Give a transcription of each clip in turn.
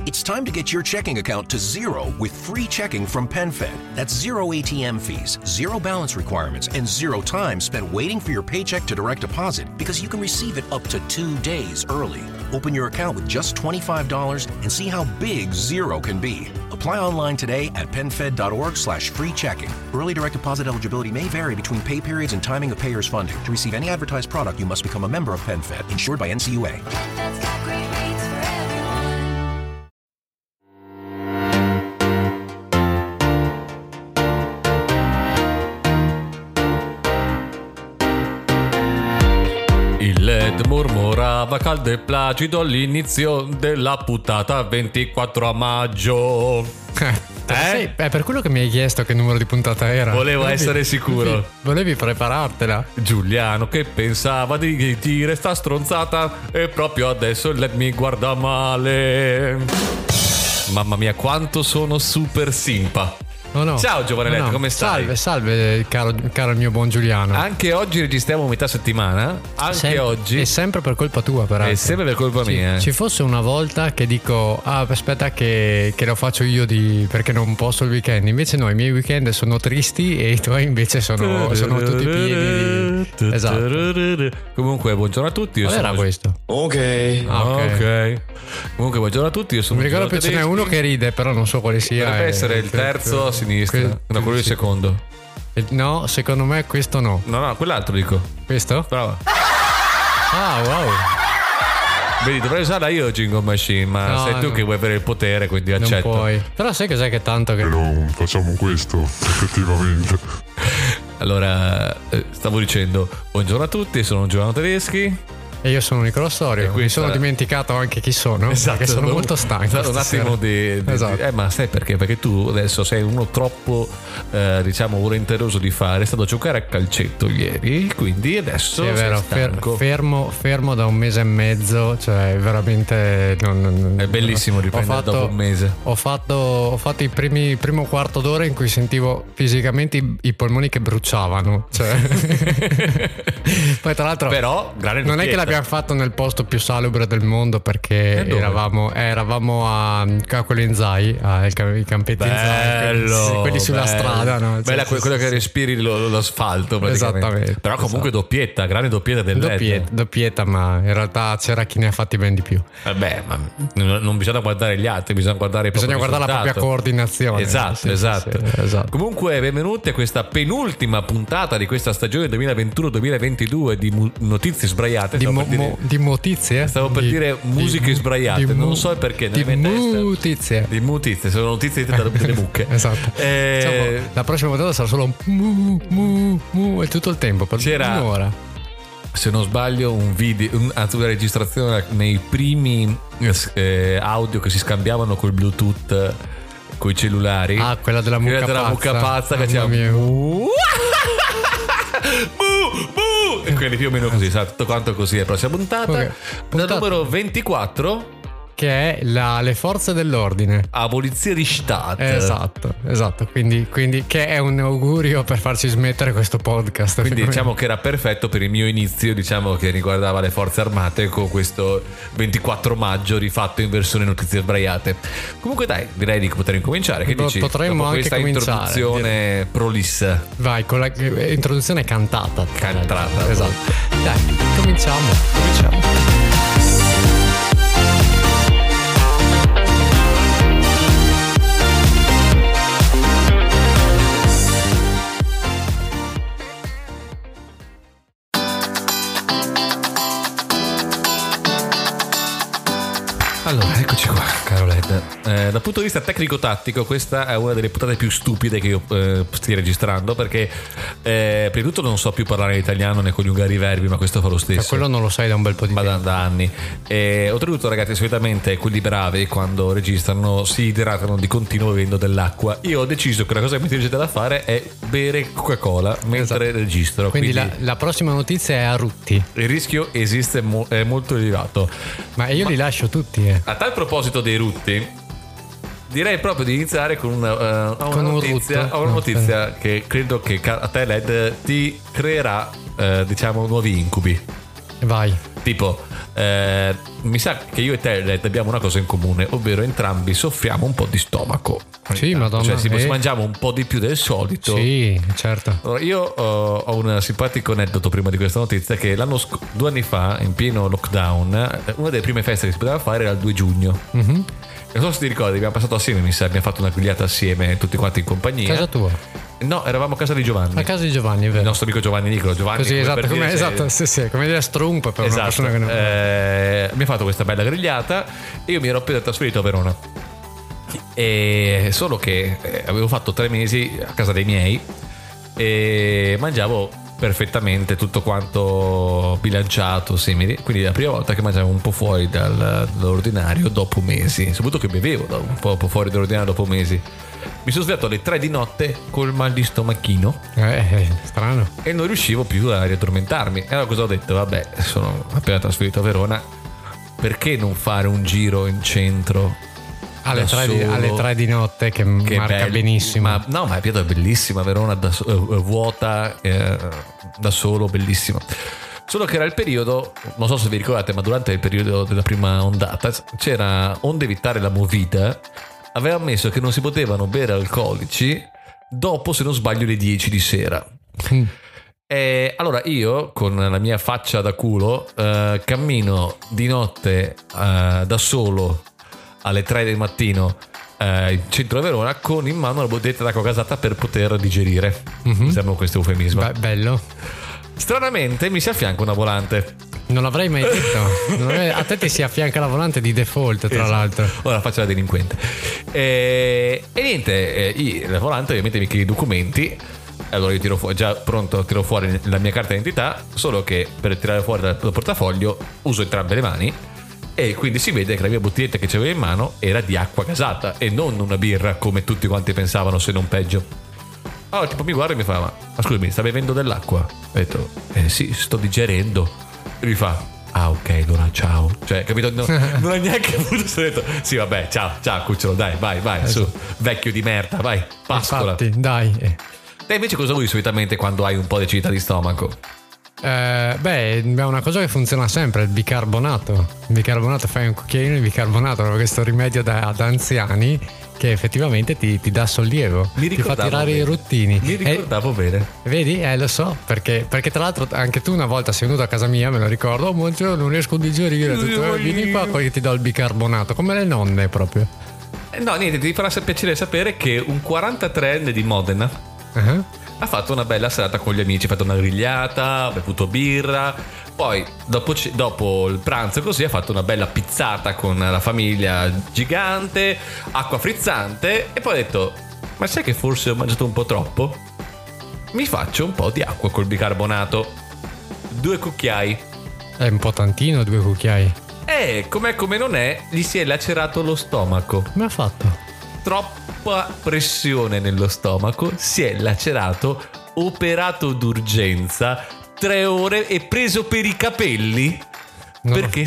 It's time to get your checking account to zero with free checking from PenFed. That's zero ATM fees, zero balance requirements, and zero time spent waiting for your paycheck to direct deposit because you can receive it up to 2 days early. Open your account with just $25 and see how big zero can be. Apply online today at PenFed.org/free checking. Early direct deposit eligibility may vary between pay periods and timing of payer's funding. To receive any advertised product, you must become a member of PenFed, insured by NCUA. PenFed's got great rates for everyone. Il LED mormorava caldo e placido all'inizio della puntata 24 maggio. Sì, è per quello che mi hai chiesto che numero di puntata era. Volevo essere sicuro. Volevi preparartela. Giuliano che pensava di dire sta stronzata e proprio adesso il LED mi guarda male. Mamma mia, quanto sono super simpa. No. Ciao Giovaneletto, come stai? Salve caro il mio buon Giuliano. Anche oggi registriamo metà settimana. Anche oggi. È sempre per colpa tua, peraltro. È sempre per colpa mia. Ci fosse una volta che dico aspetta che lo faccio io perché non posso il weekend. Invece no, i miei weekend sono tristi e i tuoi invece sono tutti pieni di... Esatto. Comunque buongiorno a tutti. Qual era questo? Ok. Comunque buongiorno a tutti. Io sono mi ricordo più ce n'è uno che ride, però non so quale sia. Dovrebbe essere il terzo a sinistra. No, quello il secondo. No, secondo me questo no. No, quell'altro dico. Questo? Brava. Ah, wow. Vedi, dovrei usarla io Jingle Machine, ma No, sei tu che vuoi avere il potere, quindi accetto. Non puoi. Però sai cos'è che tanto che... Però facciamo questo, effettivamente. Allora, stavo dicendo buongiorno a tutti, sono Giovanni Tedeschi. E io sono Nicola Storio. Mi sono dimenticato anche chi sono. Esatto, perché sono molto stanco. Un attimo di esatto. Ma sai perché? Perché tu adesso sei uno troppo volenteroso di fare. È stato a giocare a calcetto ieri, quindi adesso sì, è vero, fermo da un mese e mezzo. Cioè veramente è bellissimo riprendere dopo un mese. Ho fatto il primo quarto d'ora in cui sentivo fisicamente i polmoni che bruciavano. Cioè poi tra l'altro però non è che l'abbiamo fatto nel posto più salubre del mondo, perché eravamo a quello in Zai, i campetti in Zai, quelli sulla strada, no? Bella quello che respiri l'asfalto praticamente. Esattamente. Però comunque doppietta, grande doppietta del LED. Doppietta, ma in realtà c'era chi ne ha fatti ben di più. Vabbè, ma non bisogna guardare gli altri, bisogna guardare la propria coordinazione. Esatto. Esatto. Comunque benvenuti a questa penultima puntata di questa stagione 2021-2022 di notizie sbraiate. Di notizie? Stavo per dire musiche sbraiate, non so perché. Di mutizie. Di mutizie, sono notizie delle mucche. Esatto. La prossima puntata sarà solo mu e tutto il tempo per un'ora. Se non sbaglio un video, anzi una registrazione nei primi audio che si scambiavano col Bluetooth coi cellulari. Quella della mucca pazza che faceva e quindi più o meno così, sa, tutto quanto così è la prossima puntata. Okay. La numero 24, che è le forze dell'ordine, abolizia di Staat. Esatto, quindi che è un augurio per farci smettere questo podcast. Quindi diciamo che era perfetto per il mio inizio, diciamo che riguardava le forze armate, con questo 24 maggio rifatto in versione notizie sbraiate. Comunque dai, direi di poter incominciare. Che dici? Potremmo dopo anche questa introduzione prolissa, vai con la introduzione cantata. Esatto. Dai, cominciamo. Allora, eccoci qua, caro LED. Dal punto di vista tecnico-tattico, questa è una delle puntate più stupide che io stia registrando, perché prima di tutto non so più parlare in italiano né coniugare i verbi, ma questo fa lo stesso. Quello non lo sai da un bel po' di tempo. Da anni. Oltretutto, ragazzi, solitamente quelli bravi quando registrano si idratano di continuo bevendo dell'acqua. Io ho deciso che la cosa più intelligente da fare è bere Coca-Cola mentre registro. Quindi la prossima notizia è a Rutti. Il rischio esiste, è molto elevato. Ma io li lascio tutti. A tal proposito dei rutti, direi proprio di iniziare con una notizia che credo che a te, LED, ti creerà diciamo nuovi incubi. Vai. Tipo Mi sa che io e te Led, abbiamo una cosa in comune, ovvero entrambi soffriamo un po' di stomaco. Sì, madonna. Cioè si mangiamo un po' di più del solito. Sì, certo. Allora, io ho un simpatico aneddoto prima di questa notizia, che 2 anni fa, in pieno lockdown, una delle prime feste che si poteva fare era il 2 giugno. Mhm. Non so se ti ricordi, abbiamo passato assieme, mi sa, abbiamo fatto una grigliata assieme, tutti quanti in compagnia. Casa tua? No, eravamo a casa di Giovanni. A casa di Giovanni, è vero. Il nostro amico Giovanni Nicolo. Giovanni, Così, esatto, per come, dire, esatto, sì, come dire Strump per una persona che non... abbiamo fatto questa bella grigliata e io mi ero appena trasferito a Verona. E solo che avevo fatto 3 mesi a casa dei miei e mangiavo perfettamente tutto quanto bilanciato, simili. Quindi la prima volta che mangiavo un po' fuori dall'ordinario dopo mesi, soprattutto che bevevo un po' fuori dall'ordinario dopo mesi. Mi sono svegliato alle 3 di notte col mal di stomachino strano. e non riuscivo più a riaddormentarmi. E allora cosa ho detto? Vabbè, sono appena trasferito a Verona, perché non fare un giro in centro alle 3 di notte che marca benissimo. Ma è Pietro, è bellissima Verona, vuota, da solo, bellissima. Solo che era il periodo, non so se vi ricordate, ma durante il periodo della prima ondata c'era, onde evitare la movida, aveva ammesso che non si potevano bere alcolici dopo, se non sbaglio, le 10 di sera. E allora io, con la mia faccia da culo, cammino di notte da solo alle 3 del mattino in centro a Verona con in mano la bottiglietta d'acqua gasata per poter digerire. Usiamo questo eufemismo. Beh, bello. Stranamente mi si affianca una volante. Non l'avrei mai detto. A te ti si affianca la volante di default, tra l'altro. Ora faccio la delinquente. E niente, la volante ovviamente mi chiede i documenti. Allora io tiro fuori, già pronto, tiro fuori la mia carta d'identità, solo che per tirare fuori dal portafoglio uso entrambe le mani. E quindi si vede che la mia bottiglietta che c'avevo in mano era di acqua gasata e non una birra come tutti quanti pensavano, se non peggio. Allora tipo mi guarda e mi fa: ma scusami, sta bevendo dell'acqua? Ho detto sì, sto digerendo. E mi fa: ah ok, allora ciao. Cioè, capito? Non ha neanche avuto, ho detto sì vabbè, ciao cucciolo, dai, vai, su, vecchio di merda, vai, pascola. Infatti, dai. Te invece cosa vuoi solitamente quando hai un po' di acidità di stomaco? È una cosa che funziona sempre, il bicarbonato. Il bicarbonato, fai un cucchiaino di bicarbonato, questo rimedio da anziani che effettivamente ti dà sollievo, ti fa tirare i ruttini. Mi ricordavo bene. Vedi? Lo so, perché tra l'altro anche tu una volta sei venuto a casa mia, me lo ricordo, non riesco a digerire, ho detto, vieni qua che ti do il bicarbonato, come le nonne proprio. No, niente, ti farà piacere sapere che un 43enne di Modena ha fatto una bella serata con gli amici, ha fatto una grigliata, ha bevuto birra, poi dopo il pranzo così ha fatto una bella pizzata con la famiglia gigante, acqua frizzante, e poi ha detto: ma sai che forse ho mangiato un po' troppo? Mi faccio un po' di acqua col bicarbonato, 2 cucchiai. È un po' tantino 2 cucchiai. Com'è come non è, gli si è lacerato lo stomaco. Come ha fatto? Troppa pressione nello stomaco, si è lacerato, operato d'urgenza, 3 ore e preso per i capelli. No. Perché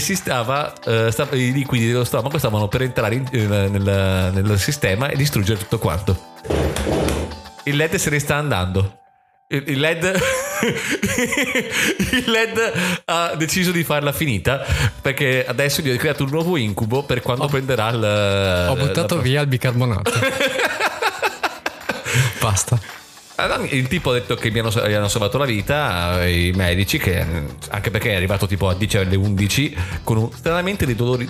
i liquidi dello stomaco stavano per entrare nel sistema e distruggere tutto quanto. Il LED se ne sta andando. Il LED ha deciso di farla finita, perché adesso gli ho creato un nuovo incubo per quando prenderà il... Ho buttato via il bicarbonato. Basta. Il tipo ha detto che gli hanno salvato la vita i medici, che anche perché è arrivato tipo a 10 alle 11 con stranamente dei dolori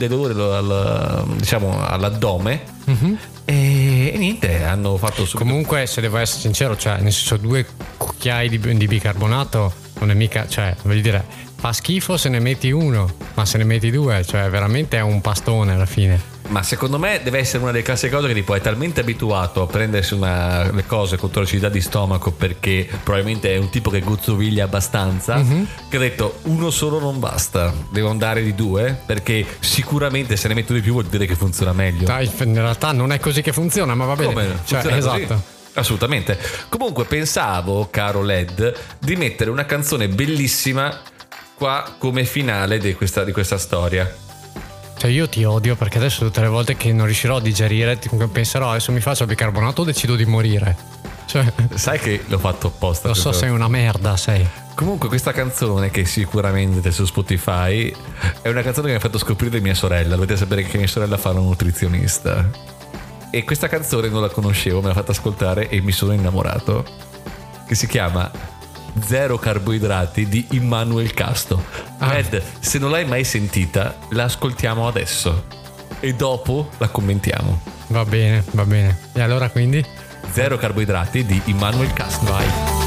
all'addome. E niente, hanno fatto subito. Comunque, se devo essere sincero, cioè nel senso, 2 cucchiai di bicarbonato non è mica, cioè voglio dire, fa schifo se ne metti 1, ma se ne metti 2, cioè veramente è un pastone alla fine. Ma secondo me deve essere una delle classiche cose che tipo è talmente abituato a prendersi le cose contro l'acidità di stomaco, perché probabilmente è un tipo che guzzoviglia abbastanza, che ha detto 1 solo non basta, devo andare di 2, perché sicuramente se ne metto di più vuol dire che funziona meglio. Dai, in realtà non è così che funziona, ma va bene. Come? Cioè, esatto. Così? Assolutamente. Comunque pensavo, caro LED, di mettere una canzone bellissima qua come finale di questa storia. Cioè io ti odio, perché adesso tutte le volte che non riuscirò a digerire penserò: adesso mi faccio il bicarbonato o decido di morire. Cioè, sai che l'ho fatto apposta. Lo so, sei una merda, sei. Comunque questa canzone, che sicuramente è su Spotify, è una canzone che mi ha fatto scoprire mia sorella. Dovete sapere che mia sorella fa una nutrizionista, e questa canzone non la conoscevo, me l'ha fatta ascoltare e mi sono innamorato, che si chiama Zero carboidrati di Immanuel Casto. Ed, se non l'hai mai sentita, la ascoltiamo adesso e dopo la commentiamo. Va bene. E allora quindi? Zero carboidrati di Immanuel Casto. Vai.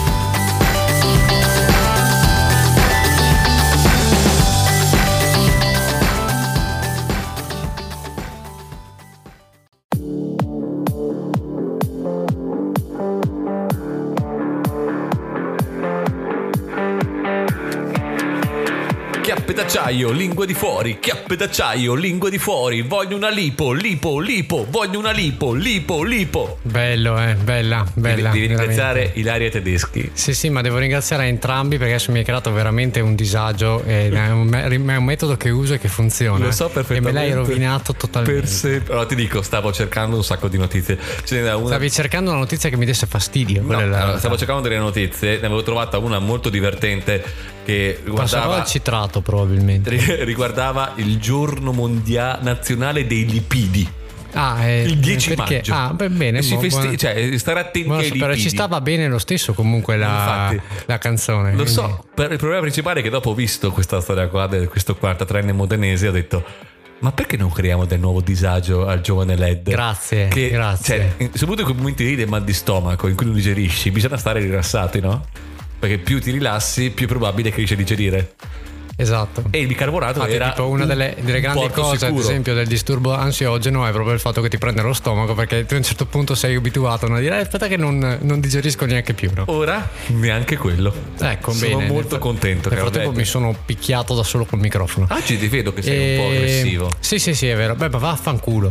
Chiappe d'acciaio, lingue di fuori, chiappe d'acciaio, lingue di fuori, voglio una lipo, voglio una lipo. Bello, bella. Devi ringraziare veramente. Ilaria Tedeschi. Sì, ma devo ringraziare entrambi perché adesso mi hai creato veramente un disagio. È un metodo che uso e che funziona. Lo so perfettamente. E me l'hai rovinato totalmente. Per sempre. Allora ti dico, stavo cercando un sacco di notizie. Ce n'era una. Stavi cercando una notizia che mi desse fastidio. No, quella è la allora, realtà. stavo cercando delle notizie, ne avevo trovata una molto divertente che Passerò riguardava, al citrato probabilmente. riguardava il giorno mondiale nazionale dei lipidi. Il 10 perché? maggio. Ah, bene. E si buona- cioè stare attenti buono ai sapere, lipidi. ci stava bene lo stesso comunque Infatti. la canzone. Lo quindi- so, il problema principale è che dopo ho visto questa storia qua di questo 43enne modenese, ho detto: ma perché non creiamo del nuovo disagio al giovane LED? Grazie. Cioè, soprattutto in quei momenti lì del mal di stomaco in cui non digerisci, bisogna stare rilassati, no? Perché più ti rilassi, più è probabile che riesci a digerire. Esatto. E il bicarbonato Infatti, era tipo una delle grandi porto cose, sicuro. ad esempio, del disturbo ansiogeno è proprio il fatto che ti prende lo stomaco, perché tu a un certo punto sei abituato a dire aspetta che non digerisco neanche più, no? Ora neanche quello. Ecco, sono bene. molto contento. Nel caro frattempo LED. mi sono picchiato da solo col microfono. Oggi ti vedo che sei un po' aggressivo. Sì, è vero. Beh, ma vaffanculo.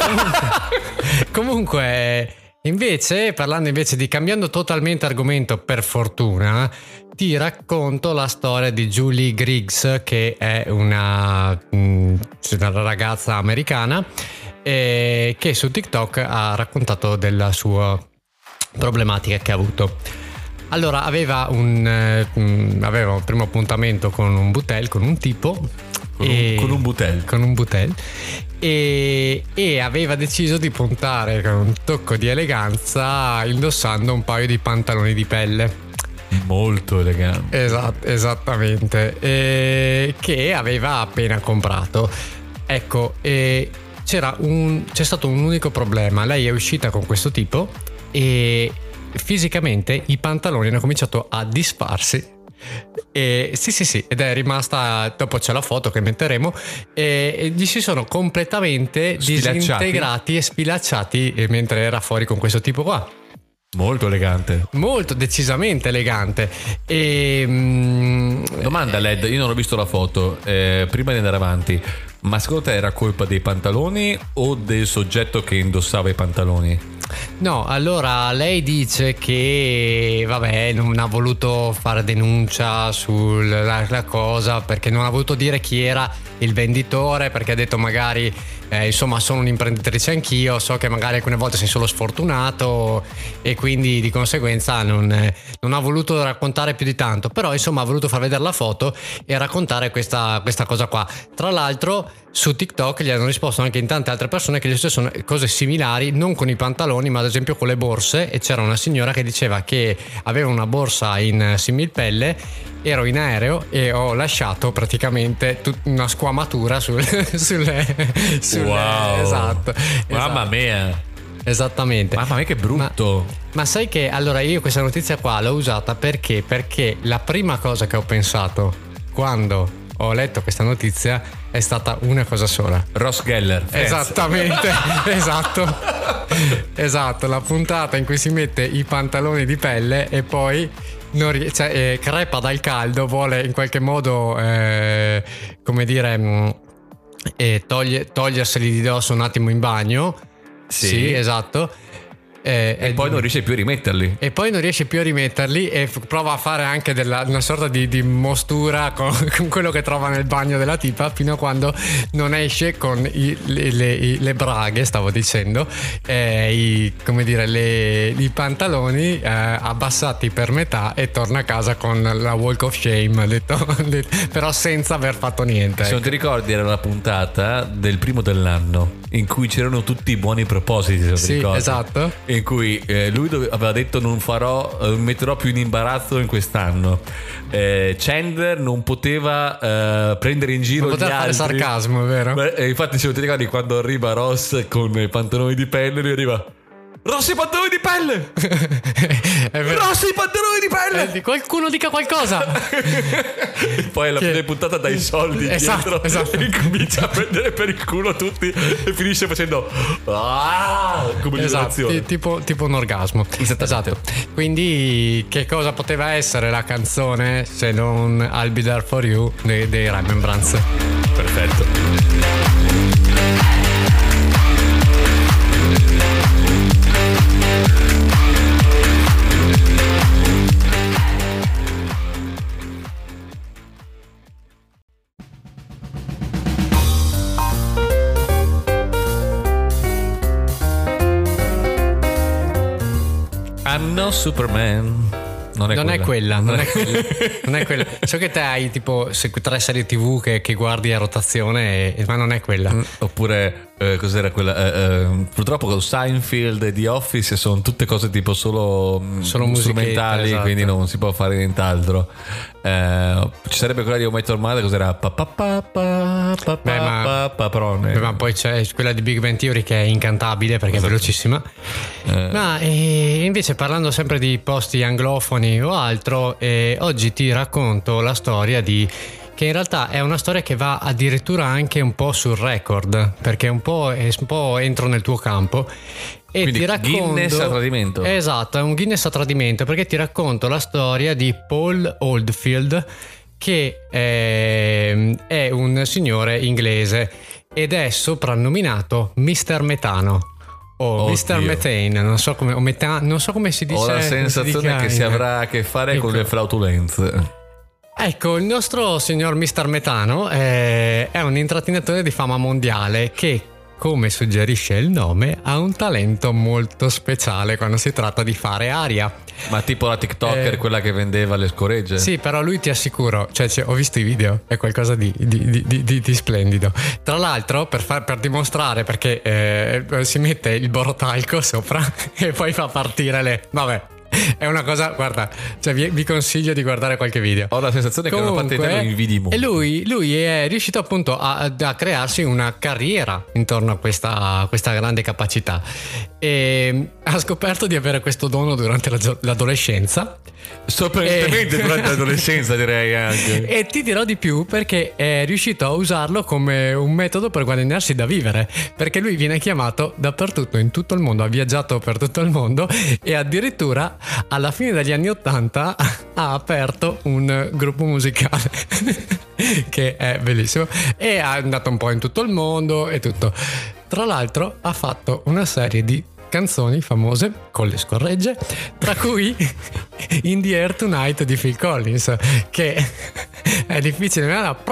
Comunque, invece, parlando invece di cambiando totalmente argomento, per fortuna, ti racconto la storia di Julie Griggs, che è una ragazza americana che su TikTok ha raccontato della sua problematica che ha avuto. Allora, aveva un primo appuntamento con un butel, con un tipo. Con un butel. E aveva deciso di puntare con un tocco di eleganza indossando un paio di pantaloni di pelle. Molto elegante. Esattamente. Che aveva appena comprato. Ecco, c'è stato un unico problema. Lei è uscita con questo tipo e fisicamente i pantaloni hanno cominciato a disfarsi. Sì, ed è rimasta. Dopo c'è la foto che metteremo. E gli si sono completamente Sfilacciati. disintegrati e sfilacciati mentre era fuori con questo tipo qua. Molto elegante. Molto decisamente elegante. Domanda LED, io non ho visto la foto prima di andare avanti, ma secondo te era colpa dei pantaloni o del soggetto che indossava i pantaloni? No, allora lei dice che vabbè, non ha voluto fare denuncia sulla cosa perché non ha voluto dire chi era il venditore, perché ha detto magari insomma sono un'imprenditrice anch'io, so che magari alcune volte sei solo sfortunato e quindi di conseguenza non ha voluto raccontare più di tanto, però insomma ha voluto far vedere la foto e raccontare questa cosa qua. Tra l'altro su TikTok gli hanno risposto anche in tante altre persone che gli sono cose similari, non con i pantaloni ma ad esempio con le borse, e c'era una signora che diceva che aveva una borsa in similpelle, ero in aereo e ho lasciato praticamente una squamatura Wow. Esatto. Mamma mia. Esattamente. Mamma mia che brutto. Ma sai che allora io questa notizia qua l'ho usata perché la prima cosa che ho pensato quando ho letto questa notizia è stata una cosa sola. Ross Geller. Esattamente. Esatto, la puntata in cui si mette i pantaloni di pelle e poi crepa dal caldo, vuole in qualche modo come dire toglierseli di dosso un attimo in bagno. Sì, esatto. E poi non riesce più a rimetterli. E poi non riesce più a rimetterli e prova a fare anche una sorta di mostura con quello che trova nel bagno della tipa, fino a quando non esce con le braghe, stavo dicendo, come dire, i pantaloni abbassati per metà, e torna a casa con la walk of shame, però senza aver fatto niente. Se non ti ricordi, era la puntata del primo dell'anno in cui c'erano tutti i buoni propositi, se non ti ricordi. Esatto. In cui lui aveva detto non metterò più in imbarazzo in quest'anno. Chandler non poteva prendere in giro non gli poteva fare altri. sarcasmo, vero? Infatti, se non ti ricordi, quando arriva Ross con i pantaloni di pelle, lui arriva: Ross, i pantaloni di pelle! Ross, i pantaloni di pelle! Qualcuno dica qualcosa! E poi alla fine puntata dai soldi dietro, esatto. e comincia a prendere per il culo tutti e finisce facendo come liberazione. Tipo un orgasmo. Esatto. Quindi che cosa poteva essere la canzone se non I'll Be There For You dei Remembrance? Perfetto. I'm no Superman. Non è quella. So che te hai tipo 3 serie TV che guardi a rotazione, ma non è quella. Oppure cos'era quella? Purtroppo con Seinfeld e The Office sono tutte cose tipo solo strumentali, esatto. Quindi non si può fare nient'altro. Ci sarebbe quella di How I Met Your Mother, cos'era? Ma poi c'è quella di Big Bang Theory che è incantabile perché è velocissima. Ma invece, parlando sempre di posti anglofoni o altro, oggi ti racconto la storia che in realtà è una storia che va addirittura anche un po' sul record, perché un po' entro nel tuo campo. E quindi ti racconto Guinness a tradimento. Esatto, è un Guinness a tradimento, perché ti racconto la storia di Paul Oldfield, che è un signore inglese ed è soprannominato Mr. Metano o Mr. Methane, non so come si dice. Ho la sensazione che si avrà a che fare con le flautulenze. Ecco, il nostro signor Mr. Metano è un intrattenitore di fama mondiale che, come suggerisce il nome, ha un talento molto speciale quando si tratta di fare aria. Ma tipo la TikToker, quella che vendeva le scoregge? Sì, però lui, ti assicuro, cioè ho visto i video, è qualcosa di splendido. Tra l'altro, per dimostrare, perché si mette il borotalco sopra e poi fa partire vabbè. È una cosa, guarda, cioè vi consiglio di guardare qualche video. Ho la sensazione che una parte di te lo invidi molto. E lui è riuscito appunto a crearsi una carriera intorno a questa grande capacità, e ha scoperto di avere questo dono durante l'adolescenza. Sorprendentemente durante l'adolescenza, direi anche. E ti dirò di più, perché è riuscito a usarlo come un metodo per guadagnarsi da vivere, perché lui viene chiamato dappertutto in tutto il mondo, ha viaggiato per tutto il mondo, e addirittura alla fine degli anni 80 ha aperto un gruppo musicale che è bellissimo, e è andato un po' in tutto il mondo e tutto. Tra l'altro ha fatto una serie di canzoni famose con le scorregge, tra cui In the Air Tonight di Phil Collins, che è difficile,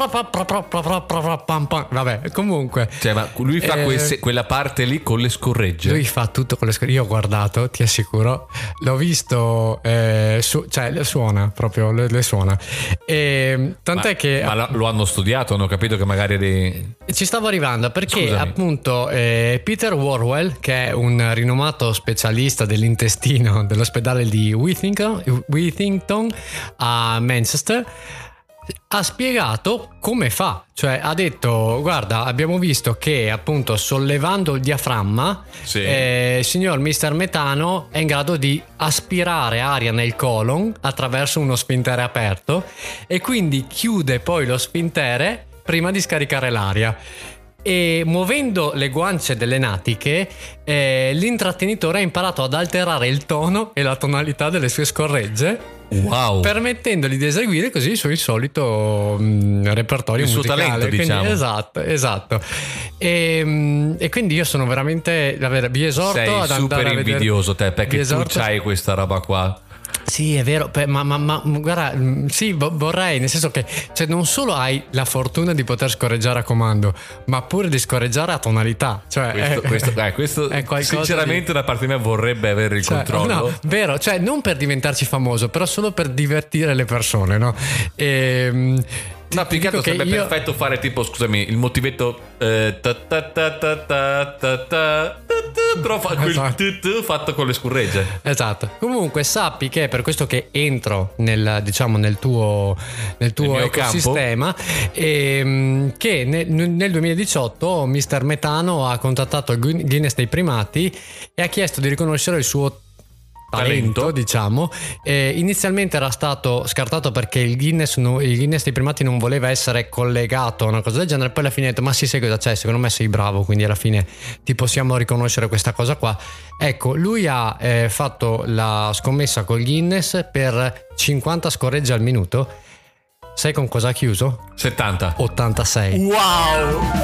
vabbè, comunque, cioè, ma lui fa quella parte lì con le scorregge. Lui fa tutto con le scorregge. Io ho guardato, ti assicuro, l'ho visto, cioè suona proprio, le suona, e tant'è che lo hanno studiato, hanno capito che magari ci stavo arrivando, perché scusami, appunto Peter Warwell, che è un rinomato specialista dell'intestino dell'ospedale di Whittington a Manchester, ha spiegato come fa. Cioè ha detto: guarda, abbiamo visto che appunto sollevando il diaframma, il signor Mr. Metano è in grado di aspirare aria nel colon attraverso uno sfintere aperto, e quindi chiude poi lo sfintere prima di scaricare l'aria. E muovendo le guance delle natiche, l'intrattenitore ha imparato ad alterare il tono e la tonalità delle sue scorregge, Wow. permettendogli di eseguire così il suo insolito repertorio Il suo musicale. talento, Quindi, diciamo. esatto. E quindi io sono veramente, vi esorto Sei ad andare super a vedere. invidioso te, vi perché tu esorto- c'hai questa roba qua. Sì, è vero, ma guarda, sì, vorrei, nel senso che cioè, non solo hai la fortuna di poter scorreggiare a comando, ma pure di scorreggiare a tonalità. Cioè, Questo è qualcosa sinceramente da parte mia vorrebbe avere il cioè, controllo. no, vero, cioè non per diventarci famoso, però solo per divertire le persone, no? No, più che altro dico che sarebbe io- perfetto fare tipo, scusami, il motivetto però quel Esatto. fatto con le scurregge. Esatto. Comunque sappi che è per questo che entro nel tuo mio ecosistema che nel 2018 Mr. Metano ha contattato il Guinness dei primati e ha chiesto di riconoscere il suo talento, diciamo. Inizialmente era stato scartato perché il Guinness dei primati non voleva essere collegato a una cosa del genere, poi alla fine ha detto ma sì, sai cosa c'è, secondo me sei bravo, quindi alla fine ti possiamo riconoscere questa cosa qua. Ecco, lui ha fatto la scommessa col Guinness per 50 scorregge al minuto. Sai con cosa ha chiuso? 70. 86. Wow!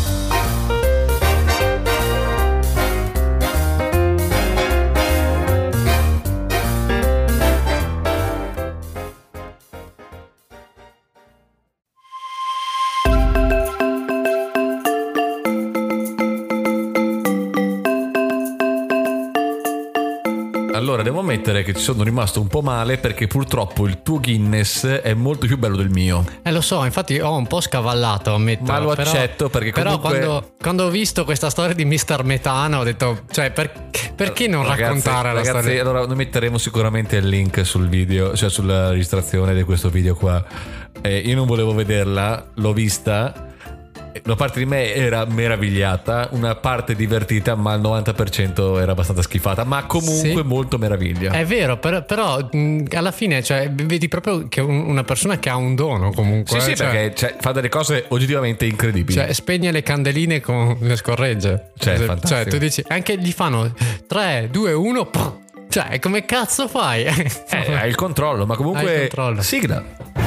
Allora, devo ammettere che ci sono rimasto un po' male perché purtroppo il tuo Guinness è molto più bello del mio. Lo so, infatti ho un po' scavallato, ammetto. Ma lo accetto perché comunque... Però quando ho visto questa storia di Mr. Metano ho detto, cioè perché non raccontare la storia? Allora noi metteremo sicuramente il link sul video, cioè sulla registrazione di questo video qua. Io non volevo vederla, l'ho vista. Una parte di me era meravigliata, una parte divertita, ma il 90% era abbastanza schifata, ma comunque Sì. molto meraviglia. È vero, però alla fine cioè, vedi proprio che una persona che ha un dono comunque. Sì, cioè, perché fa delle cose oggettivamente incredibili. cioè, spegne le candeline con le scorregge. Cioè, fantastico. Cioè, tu dici, anche gli fanno 3, 2, 1, cioè, come cazzo fai? Hai il controllo, ma Hai il comunque controllo. sigla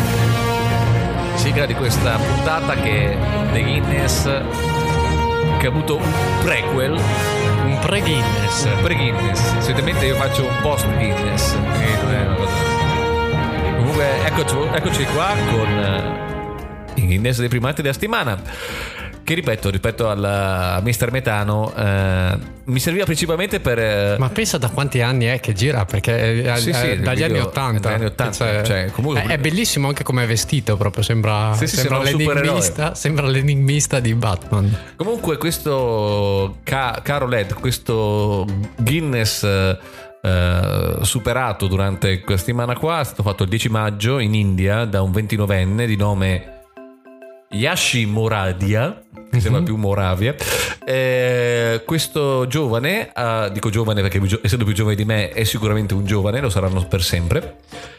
di questa puntata che The Guinness, che ha avuto un prequel, Un pre-Guinness. pre-Guinness. Solitamente io faccio un post-Guinness, quindi non è una cosa. Comunque eccoci qua con i Guinness dei primati della settimana. Che rispetto al Mr. Metano mi serviva principalmente per Ma pensa da quanti anni è che gira, perché è Sì, il dagli video anni 80. dagli anni 80, cioè, comunque- è bellissimo anche come è vestito, proprio sembra, Sì, sembra sembra un l'enigmista, sembra l'enigmista di Batman. Comunque questo caro Led, questo Guinness superato durante questa settimana qua è stato fatto il 10 maggio in India da un 29enne di nome Yashi Moradia, che sembra più Moravia. Questo giovane, dico giovane perché essendo più giovane di me è sicuramente un giovane, lo saranno per sempre,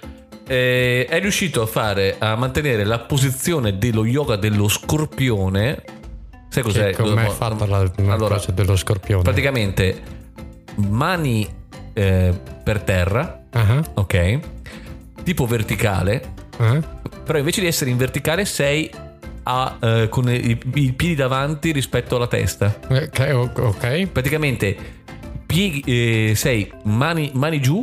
è riuscito a mantenere la posizione dello yoga dello scorpione. Sai cos'è? Come è fatta la cosa dello scorpione? Praticamente mani per terra, ok, tipo verticale, però invece di essere in verticale sei con i piedi davanti rispetto alla testa. Ok. Praticamente sei mani giù,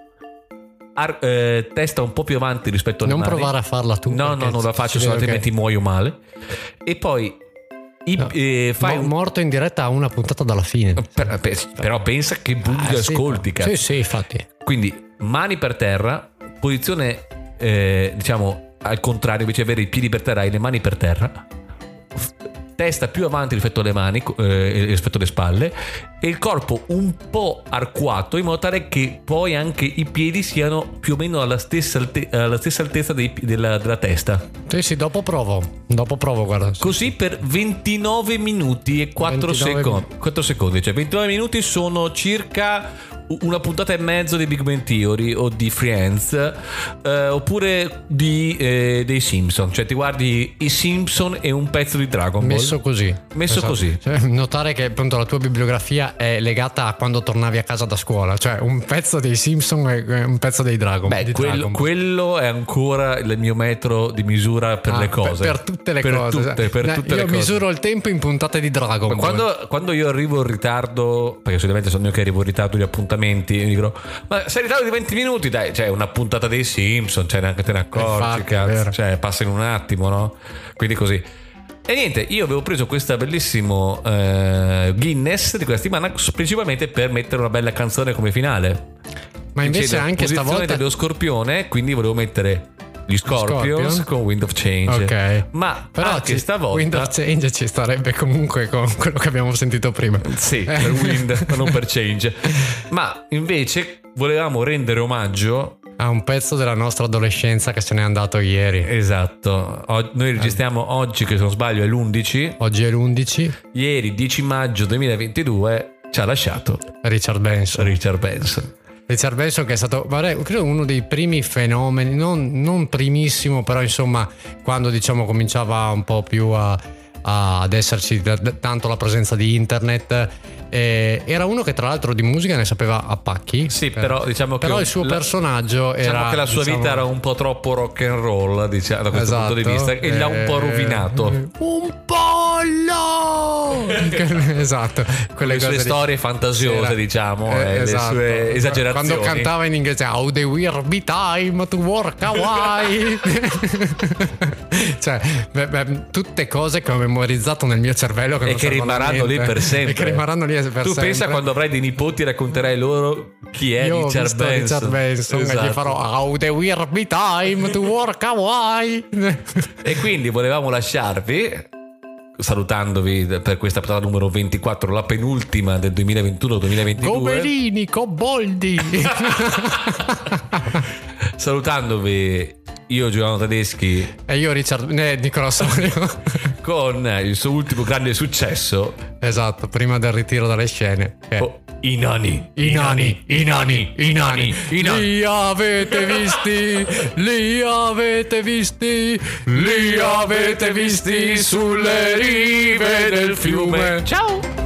testa un po' più avanti rispetto alle Non mani. provare a farla tu. No, perché non la faccio, ci se no vede che- altrimenti muoio male. E poi fai morto in diretta a una puntata dalla fine. però pensa che bulli Sì, ascolti, cazzo. Sì, infatti. Quindi mani per terra, posizione diciamo al contrario, invece di avere i piedi per terra hai le mani per terra, testa più avanti rispetto alle mani, rispetto alle spalle, e il corpo un po' arcuato in modo tale che poi anche i piedi siano più o meno alla stessa altezza della testa. Sì, dopo provo, guarda. Così per 29 minuti e 4 29 secondi. 4 secondi, cioè 29 minuti sono circa una puntata e mezzo di Big Bang Theory o di Friends, oppure dei Simpson, cioè ti guardi i Simpson e un pezzo di Dragon Ball Messo così. così. Cioè, notare che appunto la tua bibliografia è legata a quando tornavi a casa da scuola, cioè un pezzo dei Simpson e un pezzo dei Dragon Ball. Beh, quello è ancora il mio metro di misura per le cose. Per tutte le cose. Io misuro il tempo in puntate di Dragon Ball. Quando io arrivo in ritardo, perché solitamente sono io che arrivo in ritardo agli appuntamenti, mi dico: ma sei in ritardo di 20 minuti, dai, c'è una puntata dei Simpson, cioè neanche te ne accorgi, cazzo, cioè passa in un attimo, no? Quindi così. E niente, io avevo preso questa bellissimo Guinness di questa settimana principalmente per mettere una bella canzone come finale. Ma invece anche stavolta dello Scorpione, quindi volevo mettere gli Scorpions con Wind of Change. Ok. Ma però anche stavolta Wind of Change ci starebbe comunque con quello che abbiamo sentito prima. Sì, per Wind, ma non per Change. Ma invece volevamo rendere omaggio a un pezzo della nostra adolescenza che se n'è andato ieri. Esatto. Noi registriamo oggi, che se non sbaglio è l'11. Oggi è l'11. Ieri, 10 maggio 2022, ci ha lasciato Richard Benson. Richard Benson, che è stato, credo, uno dei primi fenomeni, non primissimo, però insomma quando diciamo cominciava un po' più ad esserci tanto la presenza di internet. Era uno che tra l'altro di musica ne sapeva a pacchi. Sì, però diciamo che il suo personaggio era, che la sua vita era un po' troppo rock and roll, diciamo, da questo punto di vista, e l'ha un po' rovinato. Un pollo! Esatto, le sue storie fantasiose, diciamo, le sue esagerazioni. Quando cantava in inglese "How there will be time to work away". Cioè, tutte cose che ho memorizzato nel mio cervello che rimarranno lì per sempre. Tu pensa quando avrai dei nipoti, racconterai loro chi è Richard Benson. Esatto. E gli farò "How there will be time to work away". E quindi volevamo lasciarvi salutandovi per questa puntata numero 24, la penultima del 2021-2022. Goberini, coboldi. Salutandovi io, Giuliano Tedeschi, e io Nicola Sorio, con il suo ultimo grande successo. Esatto, prima del ritiro dalle scene. I nani. Li avete visti sulle rive del fiume. Ciao.